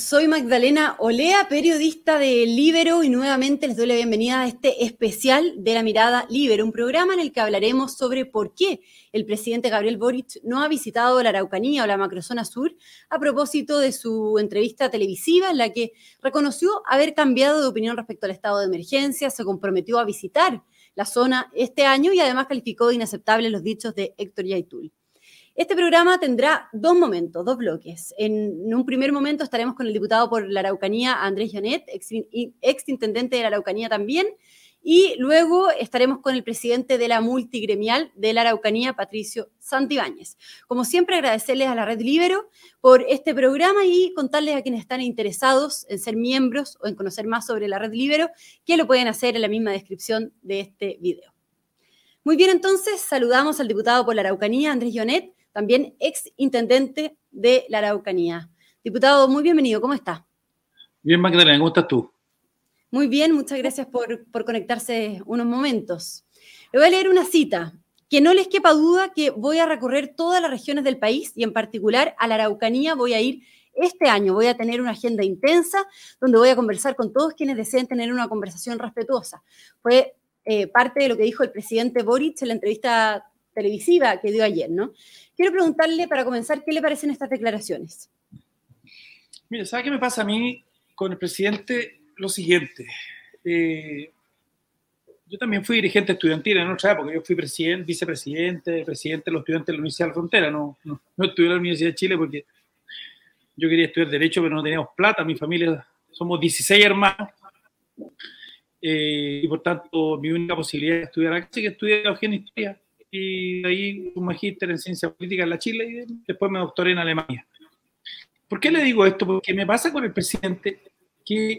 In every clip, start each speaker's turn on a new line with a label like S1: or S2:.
S1: Soy Magdalena Olea, periodista de Líbero, y nuevamente les doy la bienvenida a este especial de La Mirada Líbero, un programa en el que hablaremos sobre por qué el presidente Gabriel Boric no ha visitado la Araucanía o la macrozona sur a propósito de su entrevista televisiva en la que reconoció haber cambiado de opinión respecto al estado de emergencia, se comprometió a visitar la zona este año y además calificó de inaceptables los dichos de Héctor Yaitul. Este programa tendrá dos momentos, dos bloques. En un primer momento estaremos con el diputado por la Araucanía, Andrés Llonet, exintendente de la Araucanía también, y luego estaremos con el presidente de la multigremial de la Araucanía, Patricio Santibáñez. Como siempre, agradecerles a la Red Líbero por este programa y contarles a quienes están interesados en ser miembros o en conocer más sobre la Red Líbero que lo pueden hacer en la misma descripción de este video. Muy bien, entonces saludamos al diputado por la Araucanía, Andrés Llonet, también ex intendente de la Araucanía. Diputado, muy bienvenido, ¿cómo está?
S2: Bien, Magdalena, ¿cómo estás tú?
S1: Muy bien, muchas gracias por conectarse unos momentos. Le voy a leer una cita. Que no les quepa duda que voy a recorrer todas las regiones del país y en particular a la Araucanía voy a ir este año. Voy a tener una agenda intensa donde voy a conversar con todos quienes deseen tener una conversación respetuosa. Fue parte de lo que dijo el presidente Boric en la entrevista televisiva que dio ayer, ¿no? Quiero preguntarle, para comenzar, ¿qué le parecen estas declaraciones?
S2: Mire, ¿sabe qué me pasa a mí con el presidente? Lo siguiente. Yo también fui dirigente estudiantil en otra época. Yo fui vicepresidente, presidente de los estudiantes de la Universidad de la Frontera. No estudié en la Universidad de Chile porque yo quería estudiar Derecho, pero no teníamos plata. Mi familia, somos 16 hermanos. Y por tanto, mi única posibilidad de estudiar acá, así que estudié Eugenio Historia. Y de ahí un magíster en ciencia política en la Chile y después me doctoré en Alemania. ¿Por qué le digo esto? Porque me pasa con el presidente que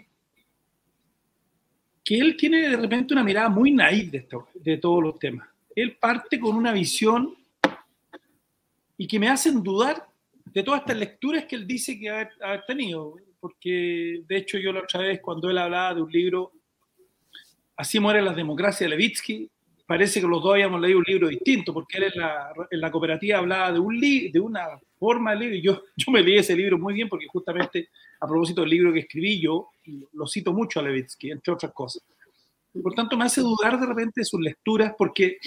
S2: él tiene de repente una mirada muy naif de todos los temas. Él parte con una visión y que me hacen dudar de todas estas lecturas que él dice que ha tenido. Porque de hecho yo la otra vez cuando él hablaba de un libro, Así mueren las democracias, de Levitsky, parece que los dos habíamos leído un libro distinto, porque él en la cooperativa hablaba de una forma de libro, y yo me leí ese libro muy bien, porque justamente a propósito del libro que escribí yo, lo cito mucho a Levitsky, entre otras cosas. Y por tanto me hace dudar de repente de sus lecturas, porque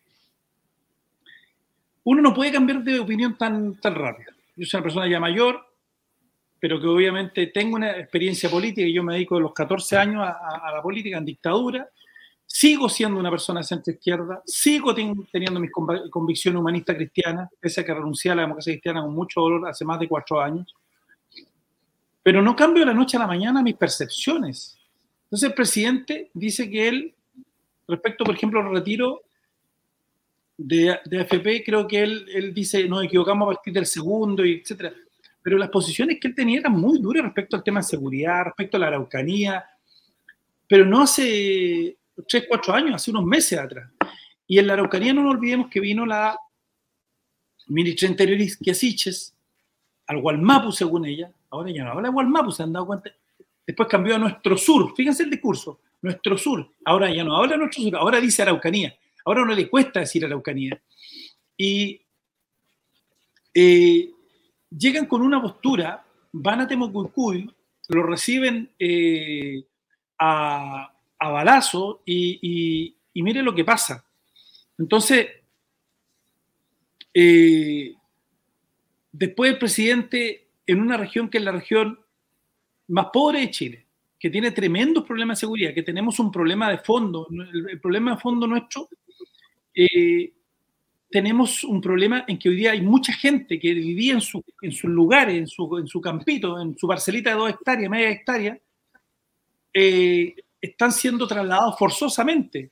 S2: uno no puede cambiar de opinión tan rápido. Yo soy una persona ya mayor, pero que obviamente tengo una experiencia política y yo me dedico de los 14 años a la política en dictadura. Sigo siendo una persona de centro-izquierda, sigo teniendo mis convicciones humanistas cristianas, pese a que renuncié a la democracia cristiana con mucho dolor hace más de 4 años. Pero no cambio de la noche a la mañana mis percepciones. Entonces el presidente dice que él, respecto, por ejemplo, al retiro de AFP, creo que él dice, nos equivocamos a partir del segundo, y etcétera. Pero las posiciones que él tenía eran muy duras respecto al tema de seguridad, respecto a la Araucanía, pero no hace 3, 4 años, hace unos meses atrás. Y en la Araucanía no nos olvidemos que vino la ministra interior Quiasiches al Gualmapu, según ella. Ahora ya no habla de Gualmapu, se han dado cuenta. Después cambió a nuestro sur, fíjense el discurso, nuestro sur. Ahora ya no habla de nuestro sur, ahora dice Araucanía. Ahora no le cuesta decir Araucanía. Y llegan con una postura, van a Temocuycuy, lo reciben a balazo y mire lo que pasa. Entonces, después el presidente en una región que es la región más pobre de Chile, que tiene tremendos problemas de seguridad, que tenemos un problema de fondo, el problema de fondo nuestro, tenemos un problema en que hoy día hay mucha gente que vivía en sus lugares, en su campito, en su parcelita de 2 hectáreas, media hectárea, están siendo trasladados forzosamente.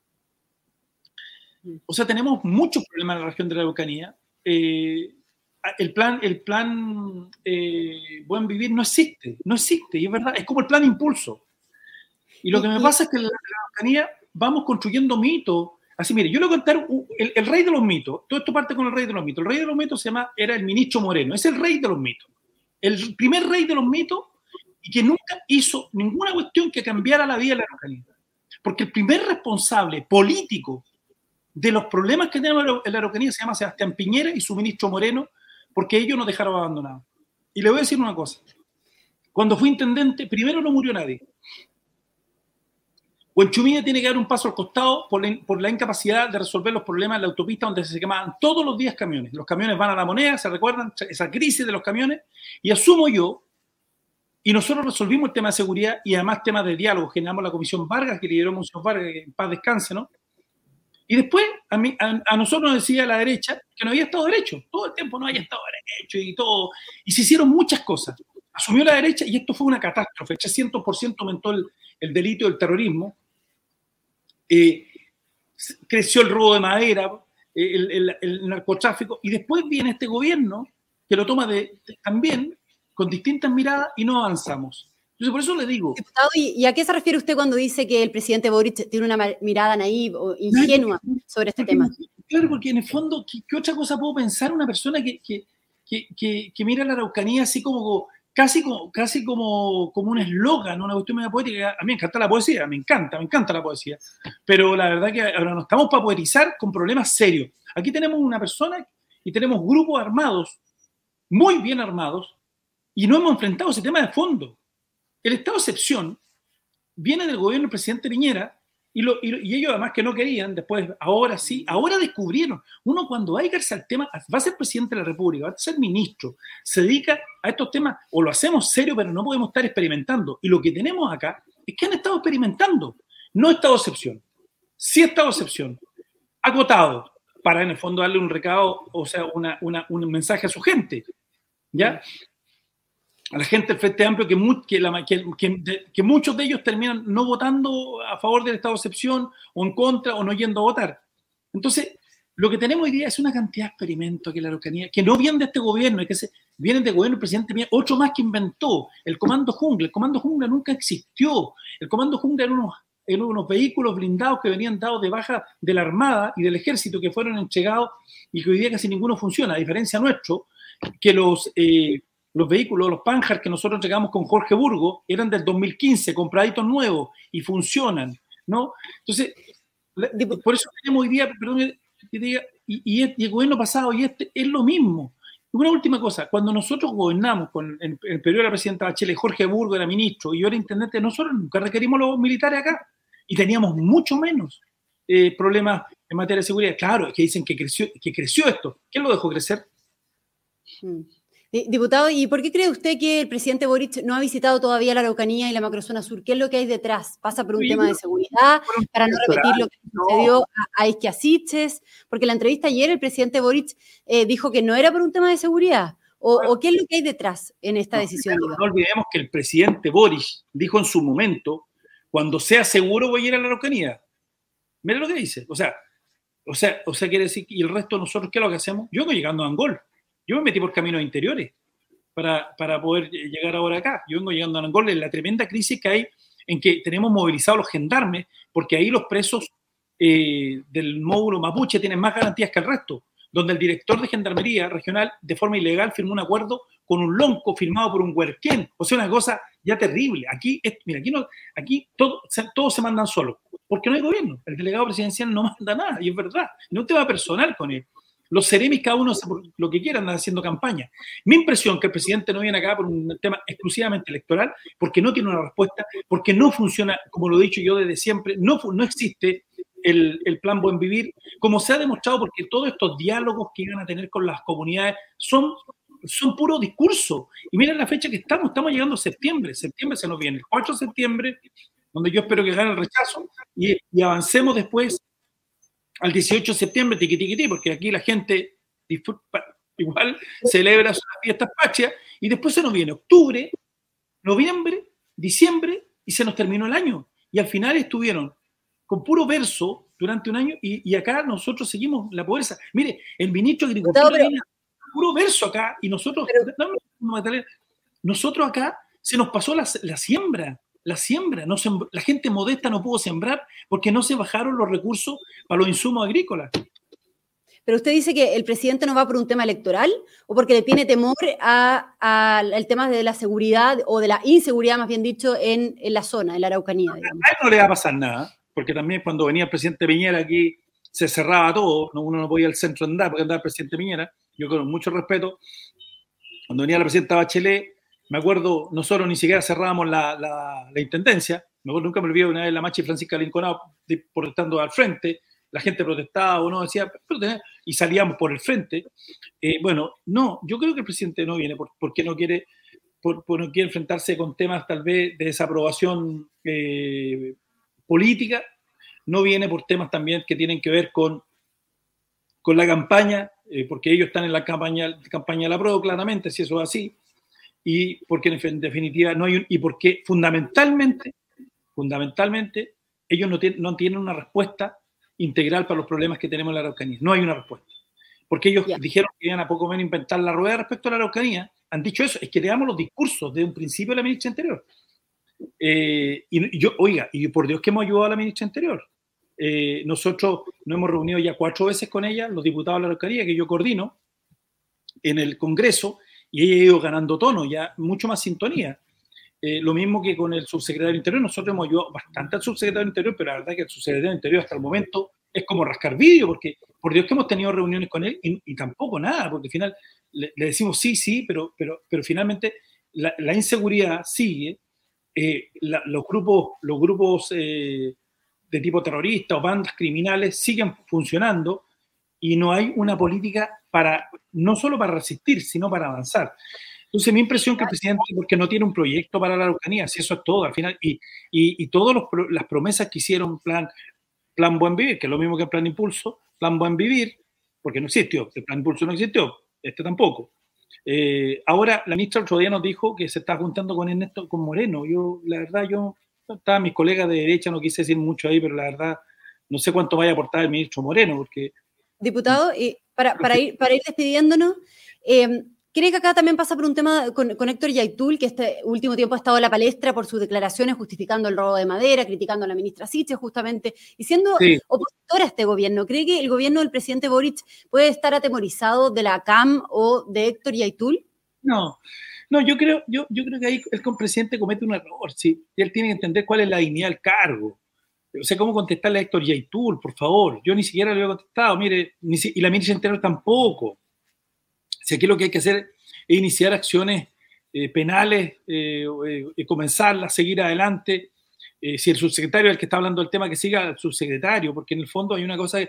S2: O sea, tenemos muchos problemas en la región de la Araucanía. El plan Buen Vivir no existe, y es verdad, es como el plan Impulso. Y lo que me pasa es que en la Araucanía vamos construyendo mitos. Así, mire, yo le voy a contar el rey de los mitos. Todo esto parte con el rey de los mitos. El rey de los mitos era el ministro Moreno. Es el rey de los mitos. El primer rey de los mitos y que nunca hizo ninguna cuestión que cambiara la vida de la Araucanía. Porque el primer responsable político de los problemas que tenemos en la Araucanía se llama Sebastián Piñera y su ministro Moreno, porque ellos nos dejaron abandonados. Y le voy a decir una cosa. Cuando fui intendente, primero no murió nadie. Huenchumilla tiene que dar un paso al costado por la incapacidad de resolver los problemas en la autopista donde se quemaban todos los días camiones. Los camiones van a La Moneda, ¿se recuerdan? Esa crisis de los camiones. Y asumo yo, y nosotros resolvimos el tema de seguridad y además temas de diálogo. Generamos la comisión Vargas, que lideró Monseñor Vargas, que en paz descanse, ¿no? Y después a nosotros nos decía la derecha que no había Estado de Derecho. Todo el tiempo no había Estado de Derecho y todo. Y se hicieron muchas cosas. Asumió la derecha y esto fue una catástrofe. 300% aumentó el delito del terrorismo. Creció el robo de madera, el narcotráfico, y después viene este gobierno que lo toma también con distintas miradas y no avanzamos. Entonces, por eso le digo...
S1: Diputado, ¿y a qué se refiere usted cuando dice que el presidente Boric tiene una mirada naive o ingenua sobre este tema?
S2: Claro, porque en el fondo, ¿qué otra cosa puedo pensar una persona que mira la Araucanía así como... Casi como un eslogan, una cuestión media poética? A mí me encanta la poesía, me encanta la poesía, pero la verdad que ahora no estamos para poetizar con problemas serios. Aquí tenemos una persona y tenemos grupos armados, muy bien armados, y no hemos enfrentado ese tema de fondo. El estado de excepción viene del gobierno del presidente Piñera, y ellos además que no querían, después, ahora sí, ahora descubrieron. Uno cuando va a dedicarse al tema, va a ser presidente de la República, va a ser ministro, se dedica a estos temas, o lo hacemos serio, pero no podemos estar experimentando. Y lo que tenemos acá es que han estado experimentando, no estado de excepción, sí estado de excepción, acotado, para en el fondo darle un recado, o sea, un mensaje a su gente, ¿ya? A la gente del Frente Amplio que muchos de ellos terminan no votando a favor del estado de excepción o en contra o no yendo a votar. Entonces, lo que tenemos hoy día es una cantidad de experimentos que la Araucanía, que no vienen de este gobierno, vienen del gobierno del presidente Piñera, otro más que inventó, el Comando Jungla. El Comando Jungla nunca existió. El Comando Jungla eran unos vehículos blindados que venían dados de baja de la Armada y del Ejército, que fueron entregados y que hoy día casi ninguno funciona, a diferencia nuestro, que los vehículos, los Panhard que nosotros entregamos con Jorge Burgo, eran del 2015, compraditos nuevos y funcionan, ¿no? Entonces, por eso tenemos hoy día, perdón, y el gobierno pasado y este es lo mismo. Una última cosa, cuando nosotros gobernamos en el periodo de la presidenta Bachelet, Jorge Burgo era ministro y yo era intendente, nosotros nunca requerimos los militares acá y teníamos mucho menos problemas en materia de seguridad. Claro, es que dicen que creció esto. ¿Quién lo dejó crecer?
S1: Diputado, ¿y por qué cree usted que el presidente Boric no ha visitado todavía la Araucanía y la macrozona sur? ¿Qué es lo que hay detrás? ¿Pasa por un tema de seguridad? ¿Para no repetir lo que sucedió a Isquiasiches? Porque en la entrevista ayer el presidente Boric dijo que no era por un tema de seguridad. ¿O qué es lo que hay detrás en esta decisión?
S2: No olvidemos que el presidente Boric dijo en su momento, cuando sea seguro voy a ir a la Araucanía. Mira lo que dice. O sea, quiere decir, ¿y el resto de nosotros qué es lo que hacemos? Yo vengo llegando a Angol. Yo me metí por caminos interiores para poder llegar ahora acá. Yo vengo llegando a Angol en la tremenda crisis que hay en que tenemos movilizados los gendarmes, porque ahí los presos del módulo mapuche tienen más garantías que el resto, donde el director de Gendarmería Regional de forma ilegal firmó un acuerdo con un lonco firmado por un huerquén. O sea, una cosa ya terrible. Aquí todos se mandan solos, porque no hay gobierno. El delegado presidencial no manda nada, y es verdad. No es un tema personal con él. Los seremis, cada uno hace lo que quiera, andan haciendo campaña. Mi impresión es que el presidente no viene acá por un tema exclusivamente electoral, porque no tiene una respuesta, porque no funciona, como lo he dicho yo desde siempre, no existe el plan Buen Vivir, como se ha demostrado, porque todos estos diálogos que iban a tener con las comunidades son puro discurso. Y miren la fecha que estamos llegando a septiembre se nos viene, el 4 de septiembre, donde yo espero que gane el rechazo, y avancemos después al 18 de septiembre, tiqui, porque aquí la gente igual celebra sus fiestas patrias, y después se nos viene octubre, noviembre, diciembre, y se nos terminó el año. Y al final estuvieron con puro verso durante un año, y acá nosotros seguimos la pobreza. Mire, el ministro de Agricultura viene puro verso acá, y nosotros acá se nos pasó la siembra. La gente modesta no pudo sembrar porque no se bajaron los recursos para los insumos agrícolas.
S1: Pero usted dice que el presidente no va por un tema electoral o porque le tiene temor al tema de la seguridad o de la inseguridad, más bien dicho, en la zona, en la Araucanía. Digamos.
S2: A él no le va a pasar nada, porque también cuando venía el presidente Piñera aquí se cerraba todo, uno no podía ir al centro andar porque andaba el presidente Piñera, yo con mucho respeto. Cuando venía la presidenta Bachelet, Me acuerdo, nosotros ni siquiera cerrábamos la intendencia. Me acuerdo, nunca me olvido una vez la Machi Francisca Linconado protestando al frente. La gente protestaba o no, decía, y salíamos por el frente. Bueno, no, yo creo que el presidente no viene porque no quiere, no quiere enfrentarse con temas tal vez de desaprobación política. No viene por temas también que tienen que ver con la campaña, porque ellos están en la campaña de la PRO, claramente, si eso es así, y porque en definitiva no hay y porque fundamentalmente ellos no tienen una respuesta integral para los problemas que tenemos en la Araucanía. No hay una respuesta. Porque ellos dijeron que iban a poco menos inventar la rueda respecto a la Araucanía. Han dicho eso. Es que leamos los discursos de un principio de la ministra Interior. Y por Dios que hemos ayudado a la ministra Interior. Nosotros nos hemos reunido ya 4 veces con ella, los diputados de la Araucanía, que yo coordino, en el Congreso, y ella ha ido ganando tono, ya mucho más sintonía. Lo mismo que con el subsecretario del Interior, nosotros hemos ayudado bastante al subsecretario del Interior, pero la verdad es que el subsecretario del Interior hasta el momento es como rascar vidrio, porque por Dios que hemos tenido reuniones con él y tampoco nada, porque al final le decimos sí, pero finalmente la inseguridad sigue, los grupos de tipo terrorista o bandas criminales siguen funcionando y no hay una política no solo para resistir, sino para avanzar. Entonces, mi impresión es que el presidente, porque no tiene un proyecto para la Araucanía, si eso es todo, al final, y todas las promesas que hicieron, plan Buen Vivir, que es lo mismo que el plan Impulso, plan Buen Vivir, porque no existió, el plan Impulso no existió, este tampoco. Ahora, la ministra el otro día nos dijo que se está juntando con Moreno. La verdad, estaba mis colegas de derecha, no quise decir mucho ahí, pero la verdad, no sé cuánto vaya a aportar el ministro Moreno, porque...
S1: Diputado, para ir despidiéndonos, ¿cree que acá también pasa por un tema con Héctor Yaitul, que este último tiempo ha estado en la palestra por sus declaraciones justificando el robo de madera, criticando a la ministra Siches justamente, y siendo opositora a este gobierno? ¿Cree que el gobierno del presidente Boric puede estar atemorizado de la CAM o de Héctor Yaitul?
S2: No, yo creo que ahí el presidente comete un error, ¿sí? Y él tiene que entender cuál es la dignidad del cargo. O sea, ¿cómo contestarle a Héctor Yaitul, por favor? Yo ni siquiera le he contestado, mire, y la ministra Interior tampoco. O sea, aquí lo que hay que hacer es iniciar acciones penales, comenzarlas, seguir adelante. Si el subsecretario es el que está hablando del tema, que siga al subsecretario, porque en el fondo hay una cosa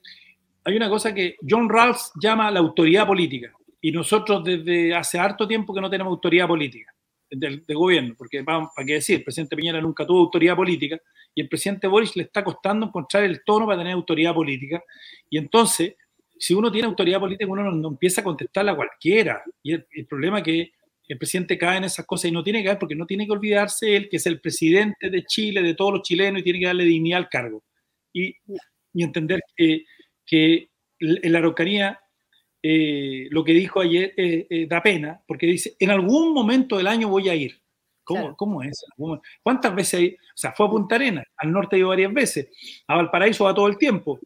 S2: que John Rawls llama la autoridad política, y nosotros desde hace harto tiempo que no tenemos autoridad política de gobierno, porque para qué decir, el presidente Piñera nunca tuvo autoridad política, y el presidente Boric le está costando encontrar el tono para tener autoridad política, y entonces, si uno tiene autoridad política, uno no empieza a contestarla a cualquiera, y el problema es que el presidente cae en esas cosas, y no tiene que caer, porque no tiene que olvidarse él, que es el presidente de Chile, de todos los chilenos, y tiene que darle dignidad al cargo, y entender que en la Araucanía lo que dijo ayer da pena, porque dice, en algún momento del año voy a ir. ¿Cómo es? ¿Cuántas veces hay? O sea, fue a Punta Arenas, al norte ha ido varias veces, a Valparaíso va todo el tiempo.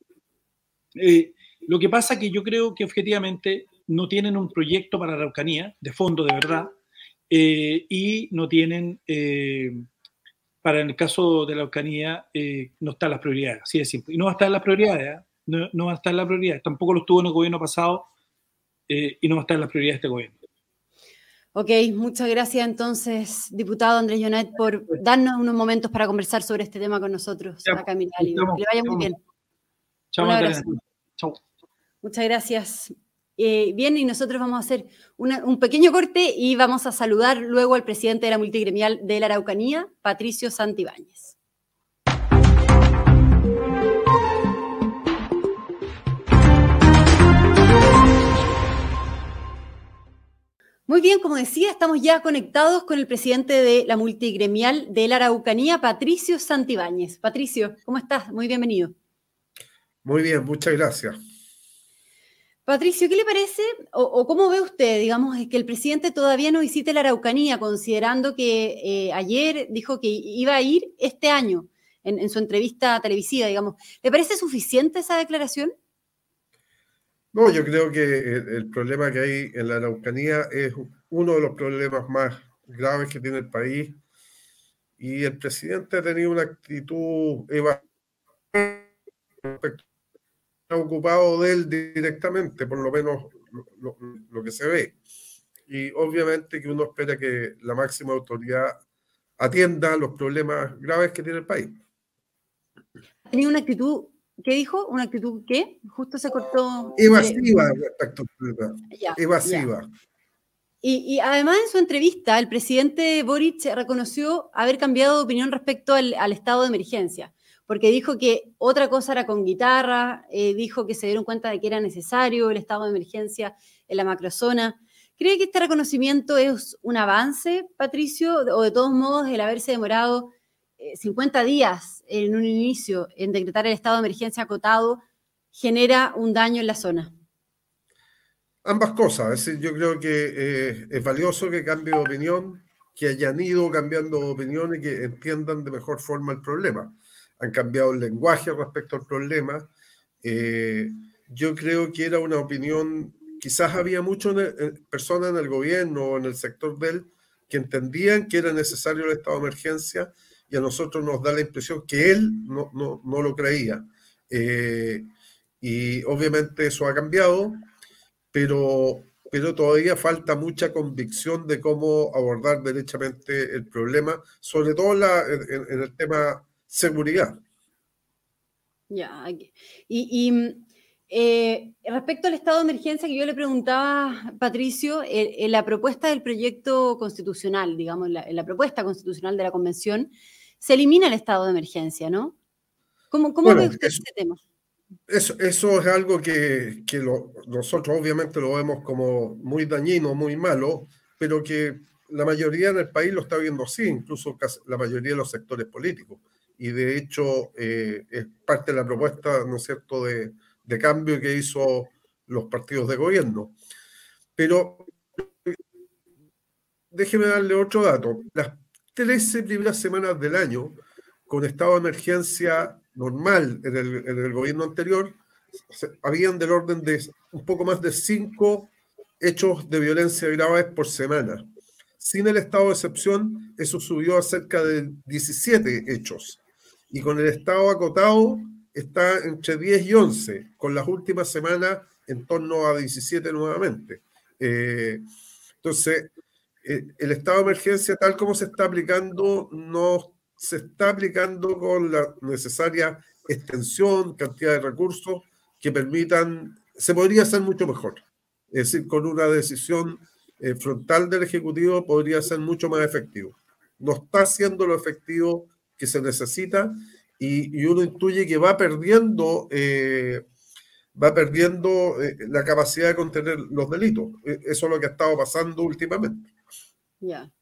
S2: Lo que pasa es que yo creo que objetivamente no tienen un proyecto para la Araucanía, de fondo, de verdad, y no tienen, para el caso de la Araucanía, no están las prioridades, así de simple. Y no va a estar en las prioridades, no va a estar en las prioridades, tampoco lo estuvo en el gobierno pasado, y no va a estar en las prioridades de este gobierno.
S1: Ok, muchas gracias entonces, diputado Andrés Yonet, por darnos unos momentos para conversar sobre este tema con nosotros acá en Mirada Libre. Que le vaya muy bien.
S2: Chao, Magdalena. Chao.
S1: Muchas gracias. Bien, y nosotros vamos a hacer un pequeño corte y vamos a saludar luego al presidente de la multigremial de la Araucanía, Patricio Santibáñez. Muy bien, como decía, estamos ya conectados con el presidente de la multigremial de la Araucanía, Patricio Santibáñez. Patricio, ¿cómo estás? Muy bienvenido.
S3: Muy bien, muchas gracias.
S1: Patricio, ¿qué le parece o cómo ve usted, digamos, que el presidente todavía no visite la Araucanía, considerando que ayer dijo que iba a ir este año en su entrevista televisiva, digamos? ¿Le parece suficiente esa declaración?
S3: No, yo creo que el problema que hay en la Araucanía es uno de los problemas más graves que tiene el país, y el presidente ha tenido una actitud ocupado de él directamente, por lo menos lo que se ve. y obviamente que uno espera que la máxima autoridad atienda los problemas graves que tiene el país.
S1: Tenía una actitud, ¿qué dijo? ¿Una actitud qué? Justo se cortó.
S3: Evasiva respecto al problema.
S1: Ya,
S3: Evasiva.
S1: Ya. Y además en su entrevista, el presidente Boric reconoció haber cambiado de opinión respecto al estado de emergencia, porque dijo que otra cosa era con guitarra, dijo que se dieron cuenta de que era necesario el estado de emergencia en la macrozona. ¿Cree que este reconocimiento es un avance, Patricio, o de todos modos el haberse demorado 50 días en un inicio en decretar el estado de emergencia acotado genera un daño en la zona?
S3: Ambas cosas, es decir, yo creo que es valioso que cambie de opinión, que hayan ido cambiando de opinión y que entiendan de mejor forma el problema. Han cambiado el lenguaje respecto al problema. Yo creo que era una opinión, quizás había muchas personas en el gobierno o en el sector de él que entendían que era necesario el estado de emergencia y a nosotros nos da la impresión que él no lo creía. Y obviamente eso ha cambiado. Pero todavía falta mucha convicción de cómo abordar derechamente el problema, sobre todo en el tema seguridad.
S1: Ya, respecto al estado de emergencia que yo le preguntaba, Patricio, en la propuesta del proyecto constitucional, digamos, en la propuesta constitucional de la Convención, se elimina el estado de emergencia, ¿no? ¿Cómo ve usted ese tema?
S3: Eso es algo que nosotros obviamente lo vemos como muy dañino, muy malo, pero que la mayoría del país lo está viendo así, incluso la mayoría de los sectores políticos. Y de hecho es parte de la propuesta, ¿no es cierto?, de cambio que hizo los partidos de gobierno. Pero déjeme darle otro dato. Las 13 primeras semanas del año, con estado de emergencia normal en el gobierno anterior, habían del orden de un poco más de 5 hechos de violencia graves por semana. Sin el estado de excepción, eso subió a cerca de 17 hechos. Y con el estado acotado está entre 10 y 11, con las últimas semanas en torno a 17 nuevamente. Entonces, el estado de emergencia tal como se está aplicando no se está aplicando con la necesaria extensión, cantidad de recursos que permitan, se podría hacer mucho mejor. Es decir, con una decisión frontal del Ejecutivo podría ser mucho más efectivo. No está siendo lo efectivo que se necesita y uno intuye que va perdiendo la capacidad de contener los delitos. Eso es lo que ha estado pasando últimamente.
S1: Ya.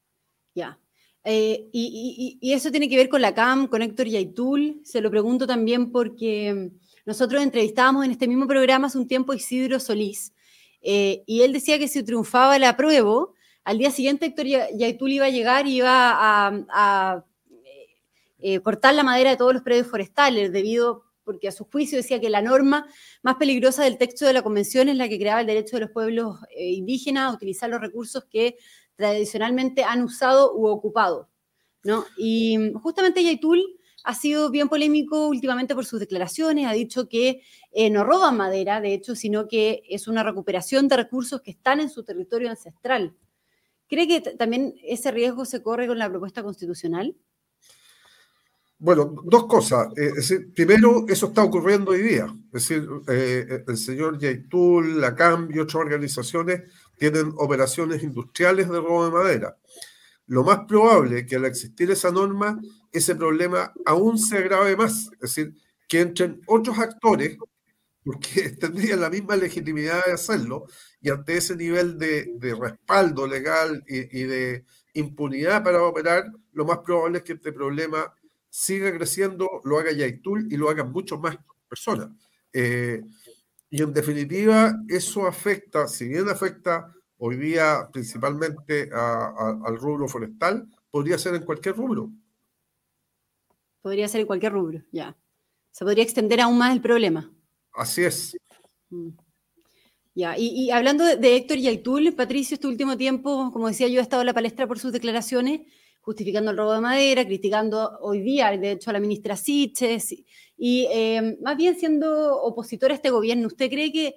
S1: Y eso tiene que ver con la CAM, con Héctor Yaitul. Se lo pregunto también porque nosotros entrevistábamos en este mismo programa hace un tiempo a Isidro Solís, y él decía que si triunfaba el apruebo, al día siguiente Héctor Yaitul iba a llegar y iba a cortar la madera de todos los predios forestales, porque a su juicio decía que la norma más peligrosa del texto de la Convención es la que creaba el derecho de los pueblos indígenas a utilizar los recursos que tradicionalmente han usado u ocupado, ¿no? Y justamente Yaitul ha sido bien polémico últimamente por sus declaraciones, ha dicho que no roban madera, de hecho, sino que es una recuperación de recursos que están en su territorio ancestral. ¿Cree que también ese riesgo se corre con la propuesta constitucional?
S3: Bueno, dos cosas. Es decir, primero, eso está ocurriendo hoy día. Es decir, el señor Yaitul, la CAM y otras organizaciones tienen operaciones industriales de robo de madera. Lo más probable es que al existir esa norma, ese problema aún se agrave más. Es decir, que entren otros actores, porque tendrían la misma legitimidad de hacerlo, y ante ese nivel de respaldo legal y de impunidad para operar, lo más probable es que este problema siga creciendo, lo haga Yaitul y lo hagan muchas más personas. Y en definitiva, eso afecta, si bien afecta hoy día principalmente al rubro forestal, podría ser en cualquier rubro.
S1: Podría ser en cualquier rubro, ya. Se podría extender aún más el problema.
S3: Así es.
S1: Ya, y hablando de Héctor Yaitul, Patricio, este último tiempo, como decía yo, ha estado en la palestra por sus declaraciones, justificando el robo de madera, criticando hoy día, de hecho, a la ministra Siches, y más bien siendo opositor a este gobierno. ¿Usted cree que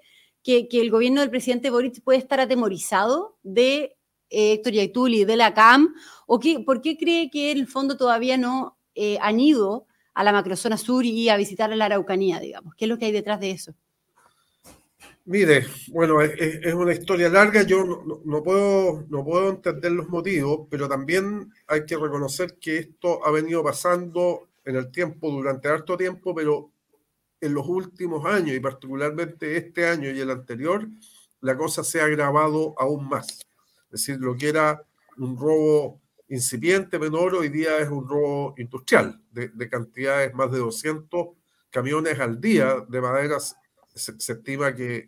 S1: que el gobierno del presidente Boric puede estar atemorizado de Héctor Yaitúl y de la CAM? ¿O por qué cree que en el fondo todavía no han ido a la macrozona sur y a visitar a la Araucanía, digamos? ¿Qué es lo que hay detrás de eso?
S3: Mire, bueno, es una historia larga, yo no puedo entender los motivos, pero también hay que reconocer que esto ha venido pasando en el tiempo, durante harto tiempo, pero en los últimos años, y particularmente este año y el anterior, la cosa se ha agravado aún más. Es decir, lo que era un robo incipiente, menor, hoy día es un robo industrial, de cantidades más de 200 camiones al día de maderas. Se estima que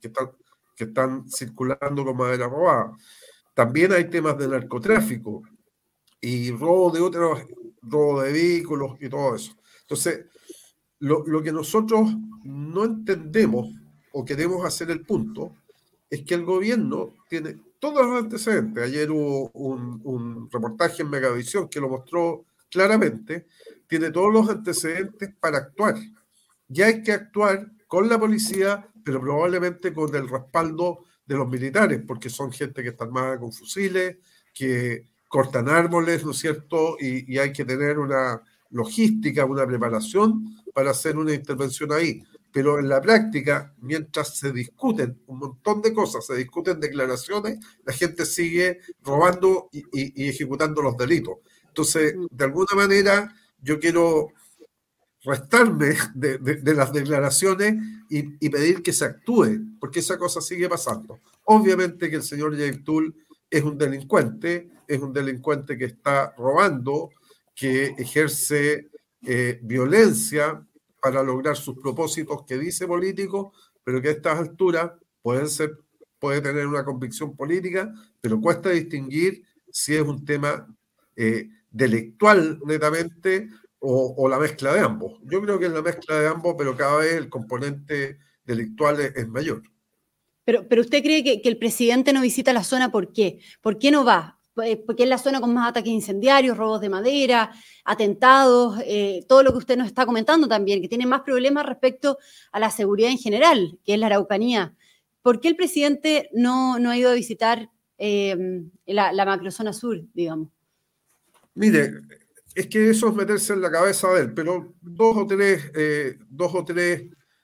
S3: están circulando con madera robada. También hay temas de narcotráfico y robo de vehículos y todo eso. Entonces, lo que nosotros no entendemos o queremos hacer el punto es que el gobierno tiene todos los antecedentes. Ayer hubo un reportaje en Megavisión que lo mostró claramente. Tiene todos los antecedentes para actuar. Ya hay que actuar con la policía, pero probablemente con el respaldo de los militares, porque son gente que está armada con fusiles, que cortan árboles, ¿no es cierto? Y hay que tener una logística, una preparación para hacer una intervención ahí. Pero en la práctica, mientras se discuten un montón de cosas, se discuten declaraciones, la gente sigue robando y ejecutando los delitos. Entonces, de alguna manera, yo quiero restarme de las declaraciones y pedir que se actúe, porque esa cosa sigue pasando. Obviamente que el señor Yaitúl es un delincuente que está robando, que ejerce violencia para lograr sus propósitos que dice político, pero que a estas alturas puede tener una convicción política, pero cuesta distinguir si es un tema delictual netamente o la mezcla de ambos. Yo creo que es la mezcla de ambos, pero cada vez el componente delictual es mayor.
S1: Pero usted cree que el presidente no visita la zona, ¿por qué? ¿Por qué no va? Porque es la zona con más ataques incendiarios, robos de madera, atentados, todo lo que usted nos está comentando también, que tiene más problemas respecto a la seguridad en general, que es la Araucanía. ¿Por qué el presidente no ha ido a visitar la macrozona sur, digamos?
S3: Mire, es que eso es meterse en la cabeza de él, pero dos o tres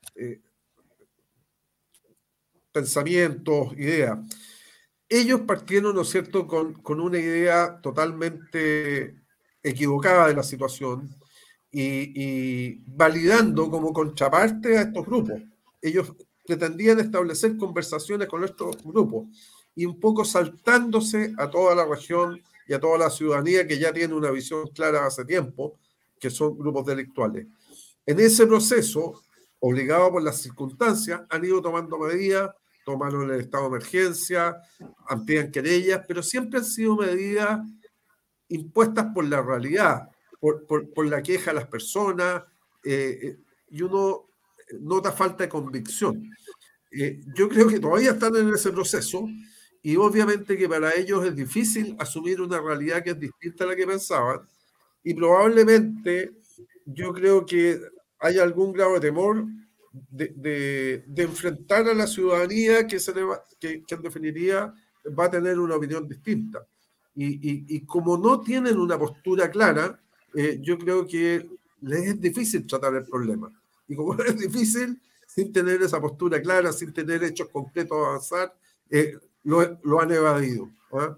S3: pensamientos, ideas. Ellos partieron, ¿no es cierto?, con una idea totalmente equivocada de la situación y validando como contraparte a estos grupos. Ellos pretendían establecer conversaciones con estos grupos y un poco saltándose a toda la región y a toda la ciudadanía que ya tiene una visión clara hace tiempo, que son grupos delictuales. En ese proceso, obligado por las circunstancias, han ido tomando medidas, tomaron el estado de emergencia, amplían querellas, pero siempre han sido medidas impuestas por la realidad, por la queja de las personas, y uno nota falta de convicción. Yo creo que todavía están en ese proceso, y obviamente que para ellos es difícil asumir una realidad que es distinta a la que pensaban, y probablemente yo creo que hay algún grado de temor de enfrentar a la ciudadanía que en definitiva va a tener una opinión distinta. Y como no tienen una postura clara, yo creo que les es difícil tratar el problema. Y como es difícil, sin tener esa postura clara, sin tener hechos concretos a avanzar, lo han evadido.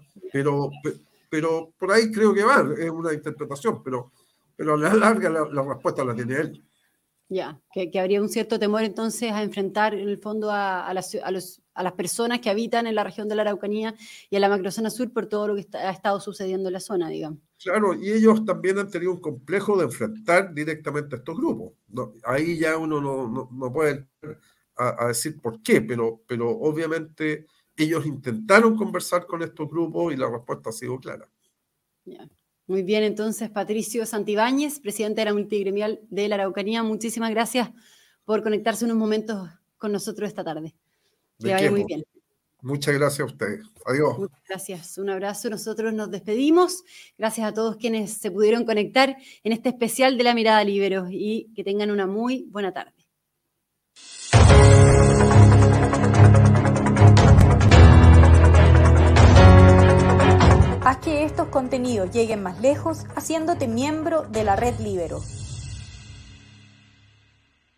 S3: Pero por ahí creo que va, es una interpretación, pero a la larga la respuesta la tiene él.
S1: Ya, que habría un cierto temor entonces a enfrentar en el fondo a las personas que habitan en la región de la Araucanía y en la macrozona sur por todo lo que ha estado sucediendo en la zona, digamos.
S3: Claro, y ellos también han tenido un complejo de enfrentar directamente a estos grupos. No, ahí ya uno no puede a decir por qué, pero obviamente ellos intentaron conversar con estos grupos y la respuesta ha sido clara.
S1: Ya. Muy bien, entonces, Patricio Santibáñez, presidente de la Multigremial de la Araucanía, muchísimas gracias por conectarse unos momentos con nosotros esta tarde. Que vaya muy bien.
S3: Muchas gracias a ustedes. Adiós.
S1: Muchas gracias. Un abrazo. Nosotros nos despedimos. Gracias a todos quienes se pudieron conectar en este especial de La Mirada Líbero y que tengan una muy buena tarde.
S4: Haz que estos contenidos lleguen más lejos haciéndote miembro de la Red Libero.